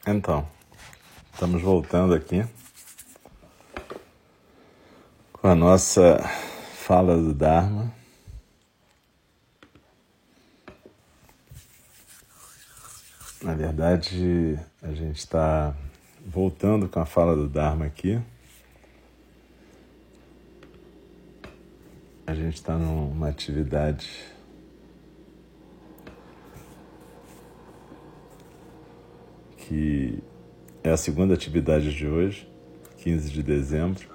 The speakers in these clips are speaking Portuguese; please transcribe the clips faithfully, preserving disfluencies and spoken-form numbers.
Então, estamos voltando aqui com a nossa fala do Dharma. Na verdade, a gente está voltando com a fala do Dharma aqui. A gente está numa atividade que é a segunda atividade de hoje, quinze de dezembro.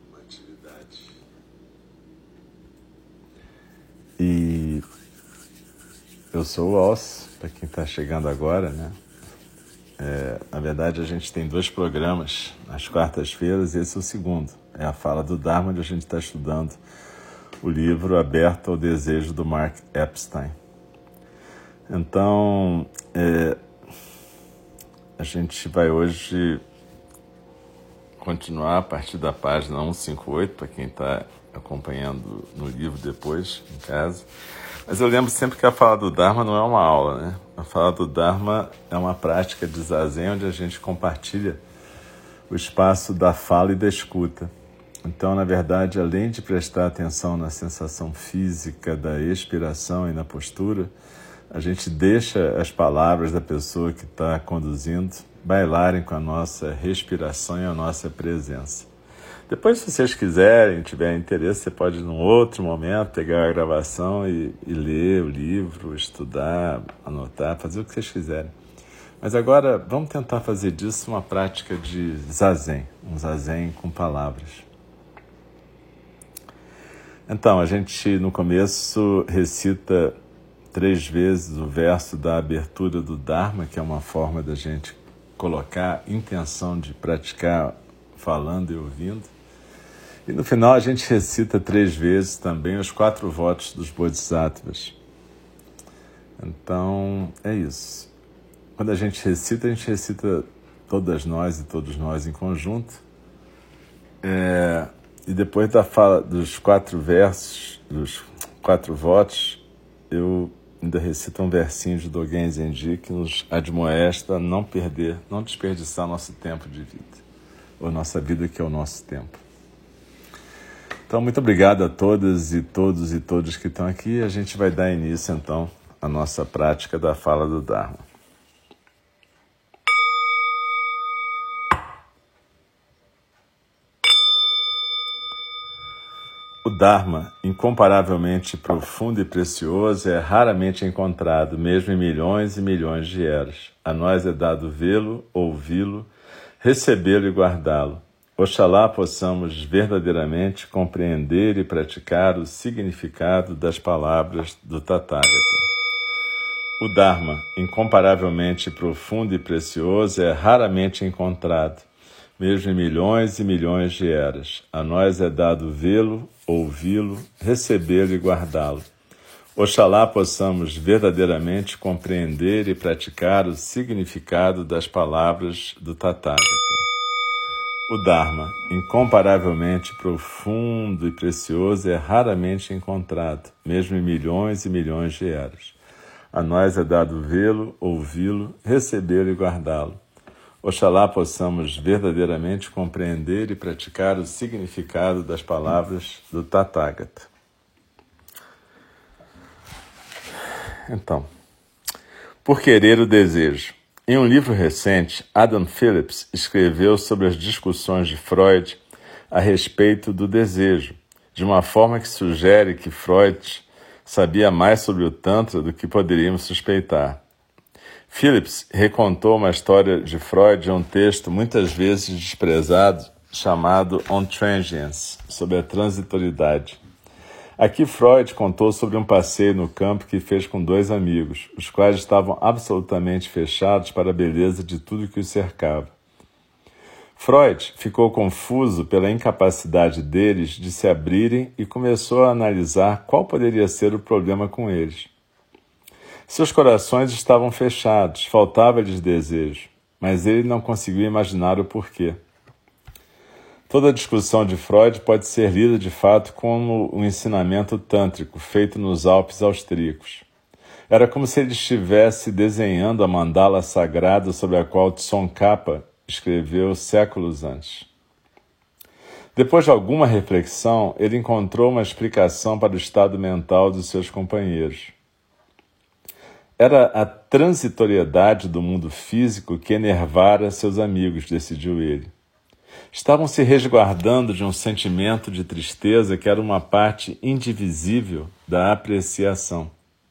E eu sou o Os, para quem está chegando agora, né? É, na verdade, a gente tem dois programas às quartas-feiras e esse é o segundo. É a fala do Dharma, onde a gente está estudando o livro Aberto ao Desejo, do Mark Epstein. Então, é, a gente vai hoje continuar a partir da página cento e cinquenta e oito, para quem está acompanhando no livro depois, em casa. Mas eu lembro sempre que a fala do Dharma não é uma aula, né? A fala do Dharma é uma prática de zazen, onde a gente compartilha o espaço da fala e da escuta. Então, na verdade, além de prestar atenção na sensação física da expiração e na postura, a gente deixa as palavras da pessoa que está conduzindo bailarem com a nossa respiração e a nossa presença. Depois, se vocês quiserem, tiverem interesse, você pode, num outro momento, pegar a gravação e, e ler o livro, estudar, anotar, fazer o que vocês quiserem. Mas agora, vamos tentar fazer disso uma prática de zazen, um zazen com palavras. Então, a gente, no começo, recita três vezes o verso da abertura do Dharma, que é uma forma da gente colocar intenção de praticar falando e ouvindo. E no final a gente recita três vezes também os quatro votos dos Bodhisattvas. Então, é isso. Quando a gente recita, a gente recita todas nós e todos nós em conjunto. É, e depois da fala dos quatro versos, dos quatro votos, eu ainda recito um versinho de Dogen Zenji que nos admoesta a não perder, não desperdiçar nosso tempo de vida, ou nossa vida, que é o nosso tempo. Então, muito obrigado a todas e todos e todos que estão aqui. A gente vai dar início, então, à nossa prática da fala do Dharma. O Dharma, incomparavelmente profundo e precioso, é raramente encontrado, mesmo em milhões e milhões de eras. A nós é dado vê-lo, ouvi-lo, recebê-lo e guardá-lo. Oxalá possamos verdadeiramente compreender e praticar o significado das palavras do Tathagata. O Dharma, incomparavelmente profundo e precioso, é raramente encontrado, mesmo em milhões e milhões de eras. A nós é dado vê-lo, ouvi-lo, recebê-lo e guardá-lo. Oxalá possamos verdadeiramente compreender e praticar o significado das palavras do Tathagata. O Dharma, incomparavelmente profundo e precioso, é raramente encontrado, mesmo em milhões e milhões de eras. A nós é dado vê-lo, ouvi-lo, recebê-lo e guardá-lo. Oxalá possamos verdadeiramente compreender e praticar o significado das palavras do Tathagata. Então, por querer o desejo. Em um livro recente, Adam Phillips escreveu sobre as discussões de Freud a respeito do desejo, de uma forma que sugere que Freud sabia mais sobre o Tantra do que poderíamos suspeitar. Phillips recontou uma história de Freud em um texto muitas vezes desprezado, chamado On Transience, sobre a transitoriedade. Aqui Freud contou sobre um passeio no campo que fez com dois amigos, os quais estavam absolutamente fechados para a beleza de tudo que os cercava. Freud ficou confuso pela incapacidade deles de se abrirem e começou a analisar qual poderia ser o problema com eles. Seus corações estavam fechados, faltava-lhes desejo, mas ele não conseguiu imaginar o porquê. Toda a discussão de Freud pode ser lida de fato como um ensinamento tântrico feito nos Alpes austríacos. Era como se ele estivesse desenhando a mandala sagrada sobre a qual Tsongkhapa escreveu séculos antes. Depois de alguma reflexão, ele encontrou uma explicação para o estado mental dos seus companheiros. Era a transitoriedade do mundo físico que enervara seus amigos, decidiu ele. Estavam se resguardando de um sentimento de tristeza que era uma parte indivisível da apreciação.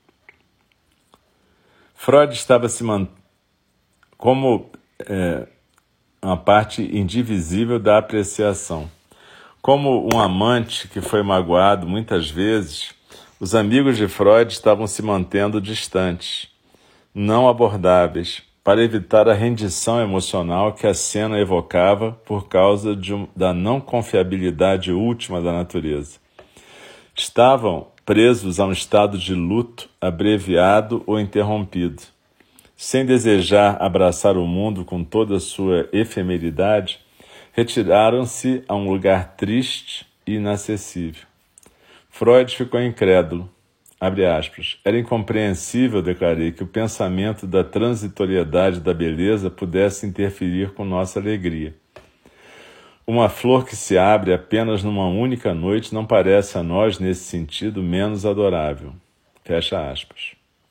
Freud estava se mantendo como é, uma parte indivisível da apreciação. Como um amante que foi magoado muitas vezes, os amigos de Freud estavam se mantendo distantes, não abordáveis, para evitar a rendição emocional que a cena evocava por causa de um, da não confiabilidade última da natureza. Estavam presos a um estado de luto abreviado ou interrompido. Sem desejar abraçar o mundo com toda a sua efemeridade, retiraram-se a um lugar triste e inacessível. Freud ficou incrédulo. Abre aspas. Era incompreensível, declarei, que o pensamento da transitoriedade da beleza pudesse interferir com nossa alegria. Uma flor que se abre apenas numa única noite não parece a nós, nesse sentido, menos adorável. Fecha aspas.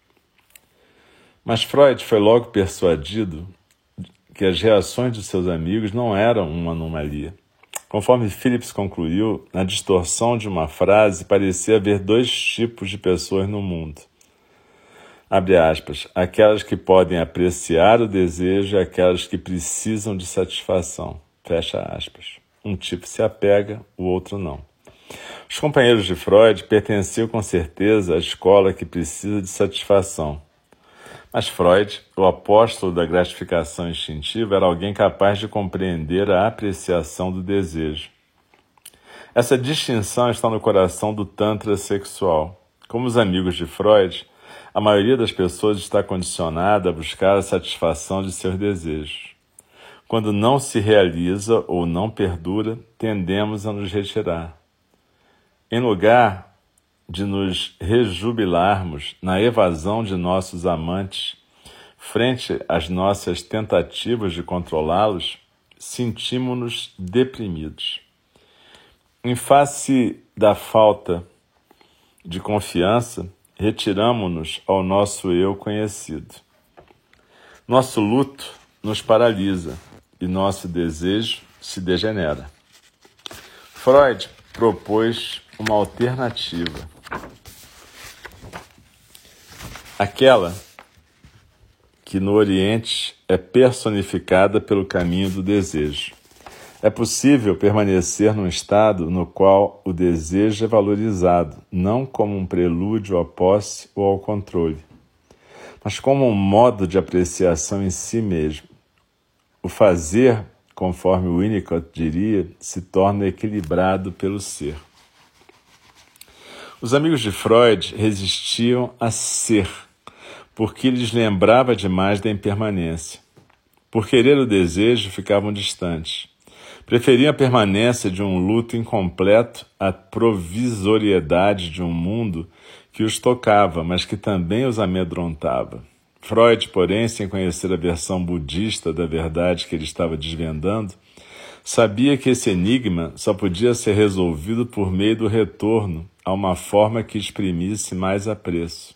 Mas Freud foi logo persuadido que as reações de seus amigos não eram uma anomalia. Conforme Phillips concluiu, na distorção de uma frase parecia haver dois tipos de pessoas no mundo. Abre aspas, aquelas que podem apreciar o desejo e aquelas que precisam de satisfação. Fecha aspas. Um tipo se apega, o outro não. Os companheiros de Freud pertenciam com certeza à escola que precisa de satisfação. Mas Freud, o apóstolo da gratificação instintiva, era alguém capaz de compreender a apreciação do desejo. Essa distinção está no coração do Tantra sexual. Como os amigos de Freud, a maioria das pessoas está condicionada a buscar a satisfação de seus desejos. Quando não se realiza ou não perdura, tendemos a nos retirar. Em lugar de nos rejubilarmos na evasão de nossos amantes, frente às nossas tentativas de controlá-los, sentimos-nos deprimidos. Em face da falta de confiança, retiramo-nos ao nosso eu conhecido. Nosso luto nos paralisa e nosso desejo se degenera. Freud propôs uma alternativa. Aquela que no Oriente é personificada pelo caminho do desejo. É possível permanecer num estado no qual o desejo é valorizado, não como um prelúdio à posse ou ao controle, mas como um modo de apreciação em si mesmo. O fazer, conforme Winnicott diria, se torna equilibrado pelo ser. Os amigos de Freud resistiam a ser, porque lhes lembrava demais da impermanência. Por querer o desejo, ficavam distantes. Preferiam a permanência de um luto incompleto à provisoriedade de um mundo que os tocava, mas que também os amedrontava. Freud, porém, sem conhecer a versão budista da verdade que ele estava desvendando, sabia que esse enigma só podia ser resolvido por meio do retorno a uma forma que exprimisse mais apreço.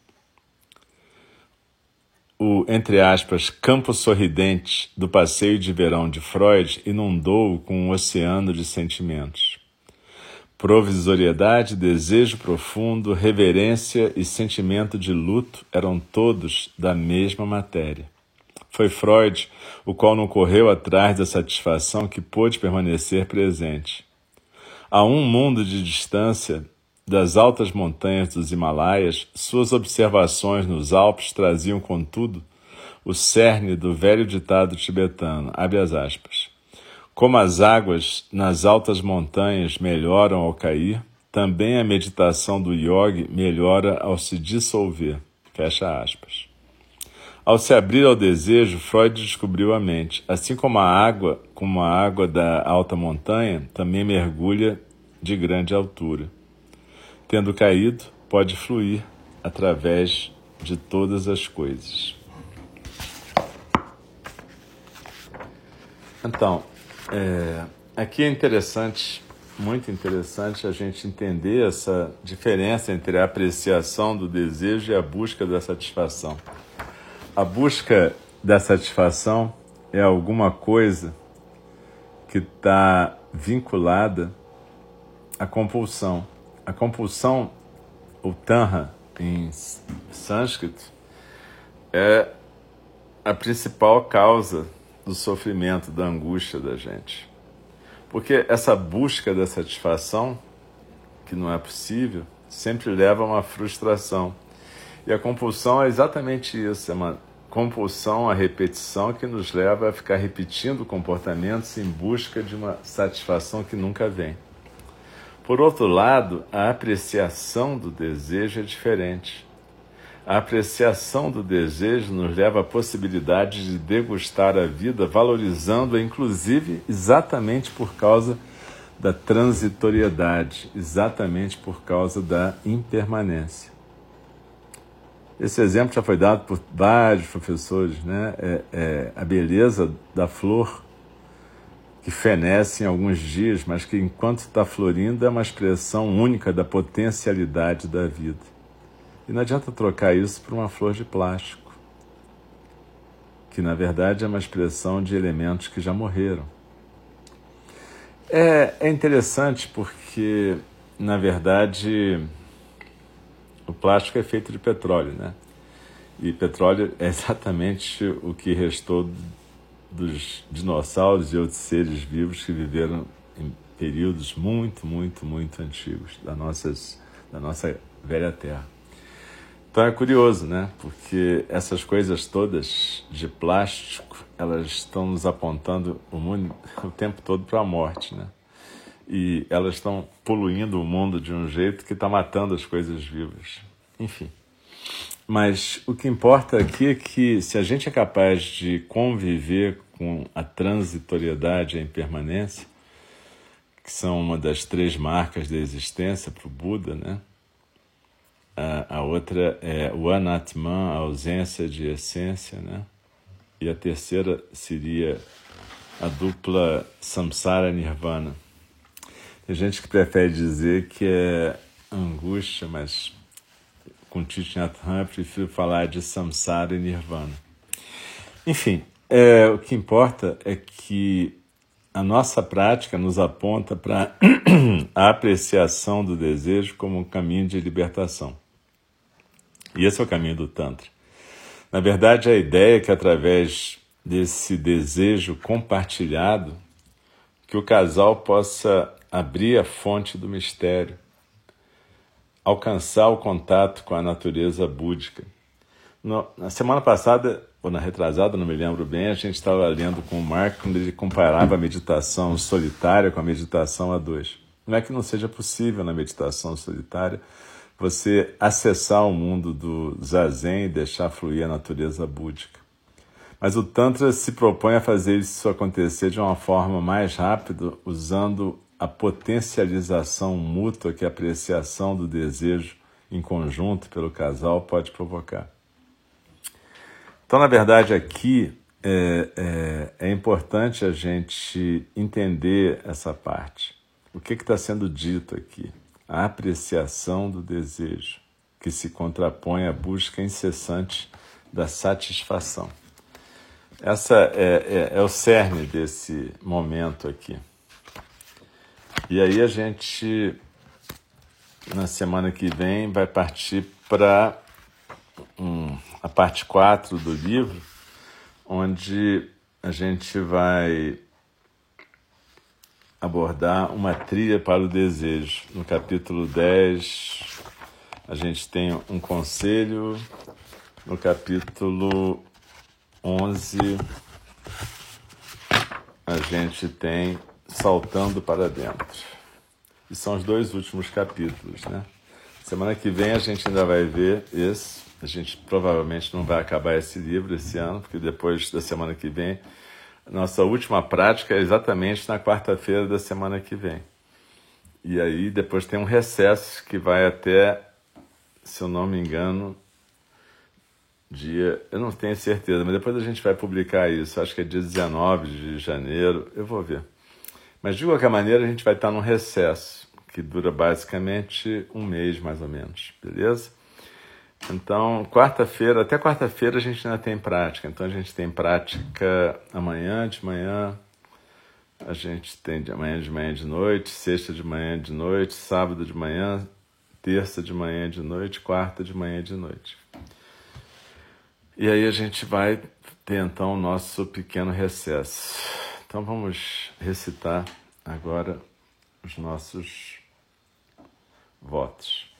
O, entre aspas, campo sorridente do passeio de verão de Freud inundou-o com um oceano de sentimentos. Provisoriedade, desejo profundo, reverência e sentimento de luto eram todos da mesma matéria. Foi Freud o qual não correu atrás da satisfação que pôde permanecer presente. A um mundo de distância das altas montanhas dos Himalaias, suas observações nos Alpes traziam, contudo, o cerne do velho ditado tibetano, abre as aspas. Como as águas nas altas montanhas melhoram ao cair, também a meditação do yogi melhora ao se dissolver, fecha aspas. Ao se abrir ao desejo, Freud descobriu a mente. Assim como a água, como a água da alta montanha, também mergulha de grande altura. Tendo caído, pode fluir através de todas as coisas. Então, é, aqui é interessante, muito interessante a gente entender essa diferença entre a apreciação do desejo e a busca da satisfação. A busca da satisfação é alguma coisa que está vinculada à compulsão. A compulsão, o tanha em sânscrito, é a principal causa do sofrimento, da angústia da gente. Porque essa busca da satisfação, que não é possível, sempre leva a uma frustração. E a compulsão é exatamente isso, é uma compulsão à repetição que nos leva a ficar repetindo comportamentos em busca de uma satisfação que nunca vem. Por outro lado, a apreciação do desejo é diferente. A apreciação do desejo nos leva à possibilidade de degustar a vida, valorizando-a, inclusive, exatamente por causa da transitoriedade, exatamente por causa da impermanência. Esse exemplo já foi dado por vários professores, né? É, é a beleza da flor que fenece em alguns dias, mas que enquanto está florindo é uma expressão única da potencialidade da vida. E não adianta trocar isso por uma flor de plástico, que na verdade é uma expressão de elementos que já morreram. É, é interessante porque, na verdade, o plástico é feito de petróleo, né? E petróleo é exatamente o que restou dos dinossauros e outros seres vivos que viveram em períodos muito, muito, muito antigos da, nossas, da nossa velha Terra. Então é curioso, né? Porque essas coisas todas de plástico, elas estão nos apontando o, mundo, o tempo todo para a morte, né? E elas estão poluindo o mundo de um jeito que está matando as coisas vivas. Enfim. Mas o que importa aqui é que se a gente é capaz de conviver com a transitoriedade e a impermanência, que são uma das três marcas da existência para o Buda, né? A, a outra é o anatman, a ausência de essência, né? E a terceira seria a dupla samsara nirvana. Tem gente que prefere dizer que é angústia, mas com Thich Nhat Hanh eu prefiro falar de samsara e nirvana. Enfim, é, o que importa é que a nossa prática nos aponta para a apreciação do desejo como um caminho de libertação. E esse é o caminho do Tantra. Na verdade, a ideia é que através desse desejo compartilhado, que o casal possa abrir a fonte do mistério, alcançar o contato com a natureza búdica. No, na semana passada, ou na retrasada, não me lembro bem, a gente estava lendo com o Mark, quando ele comparava a meditação solitária com a meditação a dois. Não é que não seja possível na meditação solitária você acessar o mundo do zazen e deixar fluir a natureza búdica. Mas o Tantra se propõe a fazer isso acontecer de uma forma mais rápida, usando a potencialização mútua que a apreciação do desejo em conjunto pelo casal pode provocar. Então, na verdade, aqui é, é, é importante a gente entender essa parte. O que está sendo dito aqui? A apreciação do desejo, que se contrapõe à busca incessante da satisfação. Essa é, é, é o cerne desse momento aqui. E aí a gente, na semana que vem, vai partir para um, a parte quatro do livro, onde a gente vai abordar uma trilha para o desejo. No capítulo dez, a gente tem um conselho. No capítulo onze, a gente tem saltando para dentro. E são os dois últimos capítulos, né? Semana que vem a gente ainda vai ver esse. A gente provavelmente não vai acabar esse livro esse ano, porque depois da semana que vem, nossa última prática é exatamente na quarta-feira da semana que vem. E aí depois tem um recesso que vai até, se eu não me engano, dia, eu não tenho certeza, mas depois a gente vai publicar isso, acho que é dia dezenove de janeiro, eu vou ver. Mas de qualquer maneira a gente vai estar num recesso, que dura basicamente um mês mais ou menos, beleza? Então, quarta-feira, até quarta-feira a gente ainda tem prática, então a gente tem prática amanhã, de manhã, a gente tem de amanhã de manhã de noite, sexta de manhã de noite, sábado de manhã, terça de manhã de noite, quarta de manhã de noite. E aí a gente vai ter então o nosso pequeno recesso. Então vamos recitar agora os nossos votos.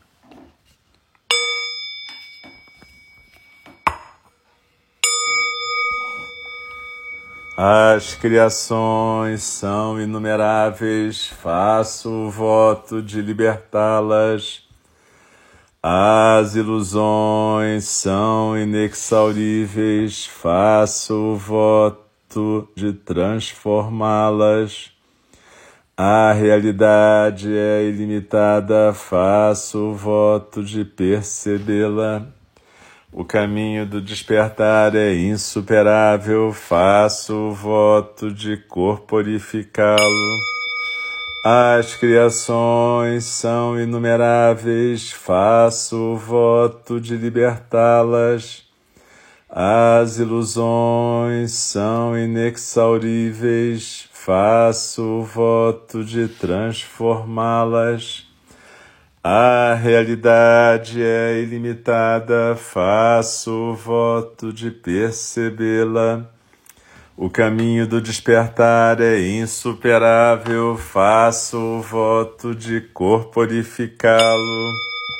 As criações são inumeráveis, faço o voto de libertá-las. As ilusões são inexauríveis, faço o voto de transformá-las. A realidade é ilimitada, faço o voto de percebê-la. O caminho do despertar é insuperável, faço o voto de corporificá-lo. As criações são inumeráveis, faço o voto de libertá-las. As ilusões são inexauríveis, faço o voto de transformá-las. A realidade é ilimitada, faço o voto de percebê-la. O caminho do despertar é insuperável, faço o voto de corporificá-lo.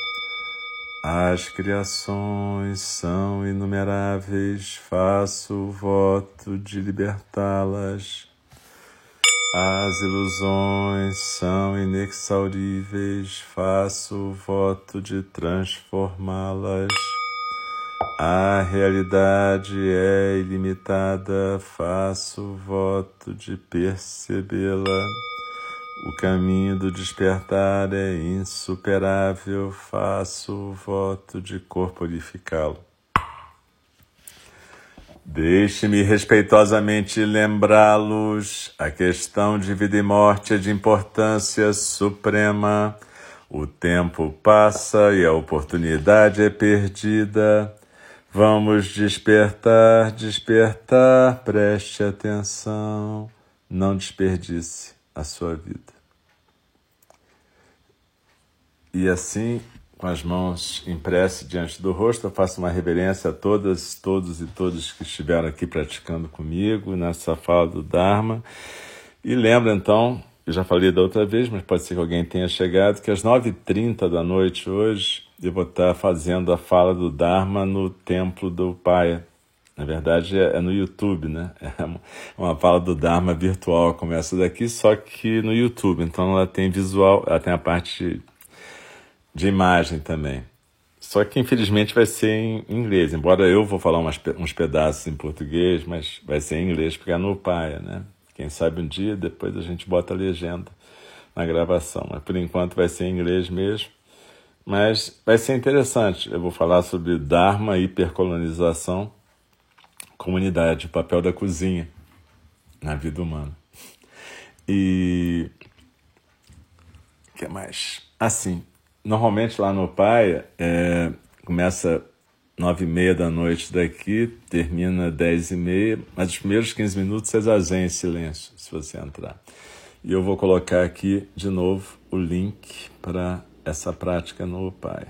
As criações são inumeráveis, faço o voto de libertá-las. As ilusões são inexauríveis, faço o voto de transformá-las. A realidade é ilimitada, faço o voto de percebê-la. O caminho do despertar é insuperável, faço o voto de corporificá-lo. Deixe-me respeitosamente lembrá-los, a questão de vida e morte é de importância suprema. O tempo passa e a oportunidade é perdida. Vamos despertar, despertar, preste atenção, não desperdice a sua vida. E assim, com as mãos em prece diante do rosto, eu faço uma reverência a todas, todos e todas que estiveram aqui praticando comigo nessa fala do Dharma. E lembra então, eu já falei da outra vez, mas pode ser que alguém tenha chegado, que às nove e trinta da noite hoje eu vou estar fazendo a fala do Dharma no Templo do Upaya. Na verdade é no YouTube, né? É uma fala do Dharma virtual, começa daqui, só que no YouTube. Então ela tem visual, ela tem a parte de imagem também. Só que infelizmente vai ser em inglês, embora eu vou falar umas, uns pedaços em português, mas vai ser em inglês porque é no Upaya, né? Quem sabe um dia, depois a gente bota a legenda na gravação. Mas por enquanto vai ser em inglês mesmo. Mas vai ser interessante. Eu vou falar sobre Dharma, hipercolonização, comunidade, o papel da cozinha na vida humana. E o que mais? Assim, normalmente lá no Upaya é, começa nove e meia da noite daqui, termina dez e meia, mas os primeiros quinze minutos é zazen em silêncio, se você entrar. E eu vou colocar aqui de novo o link para essa prática no Upaya.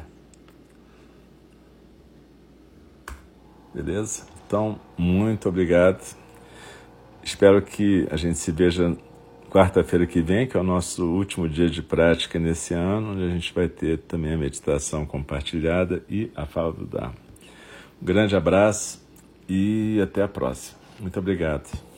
Beleza? Então, muito obrigado. Espero que a gente se veja quarta-feira que vem, que é o nosso último dia de prática nesse ano, onde a gente vai ter também a meditação compartilhada e a fala do Dharma. Um grande abraço e até a próxima. Muito obrigado.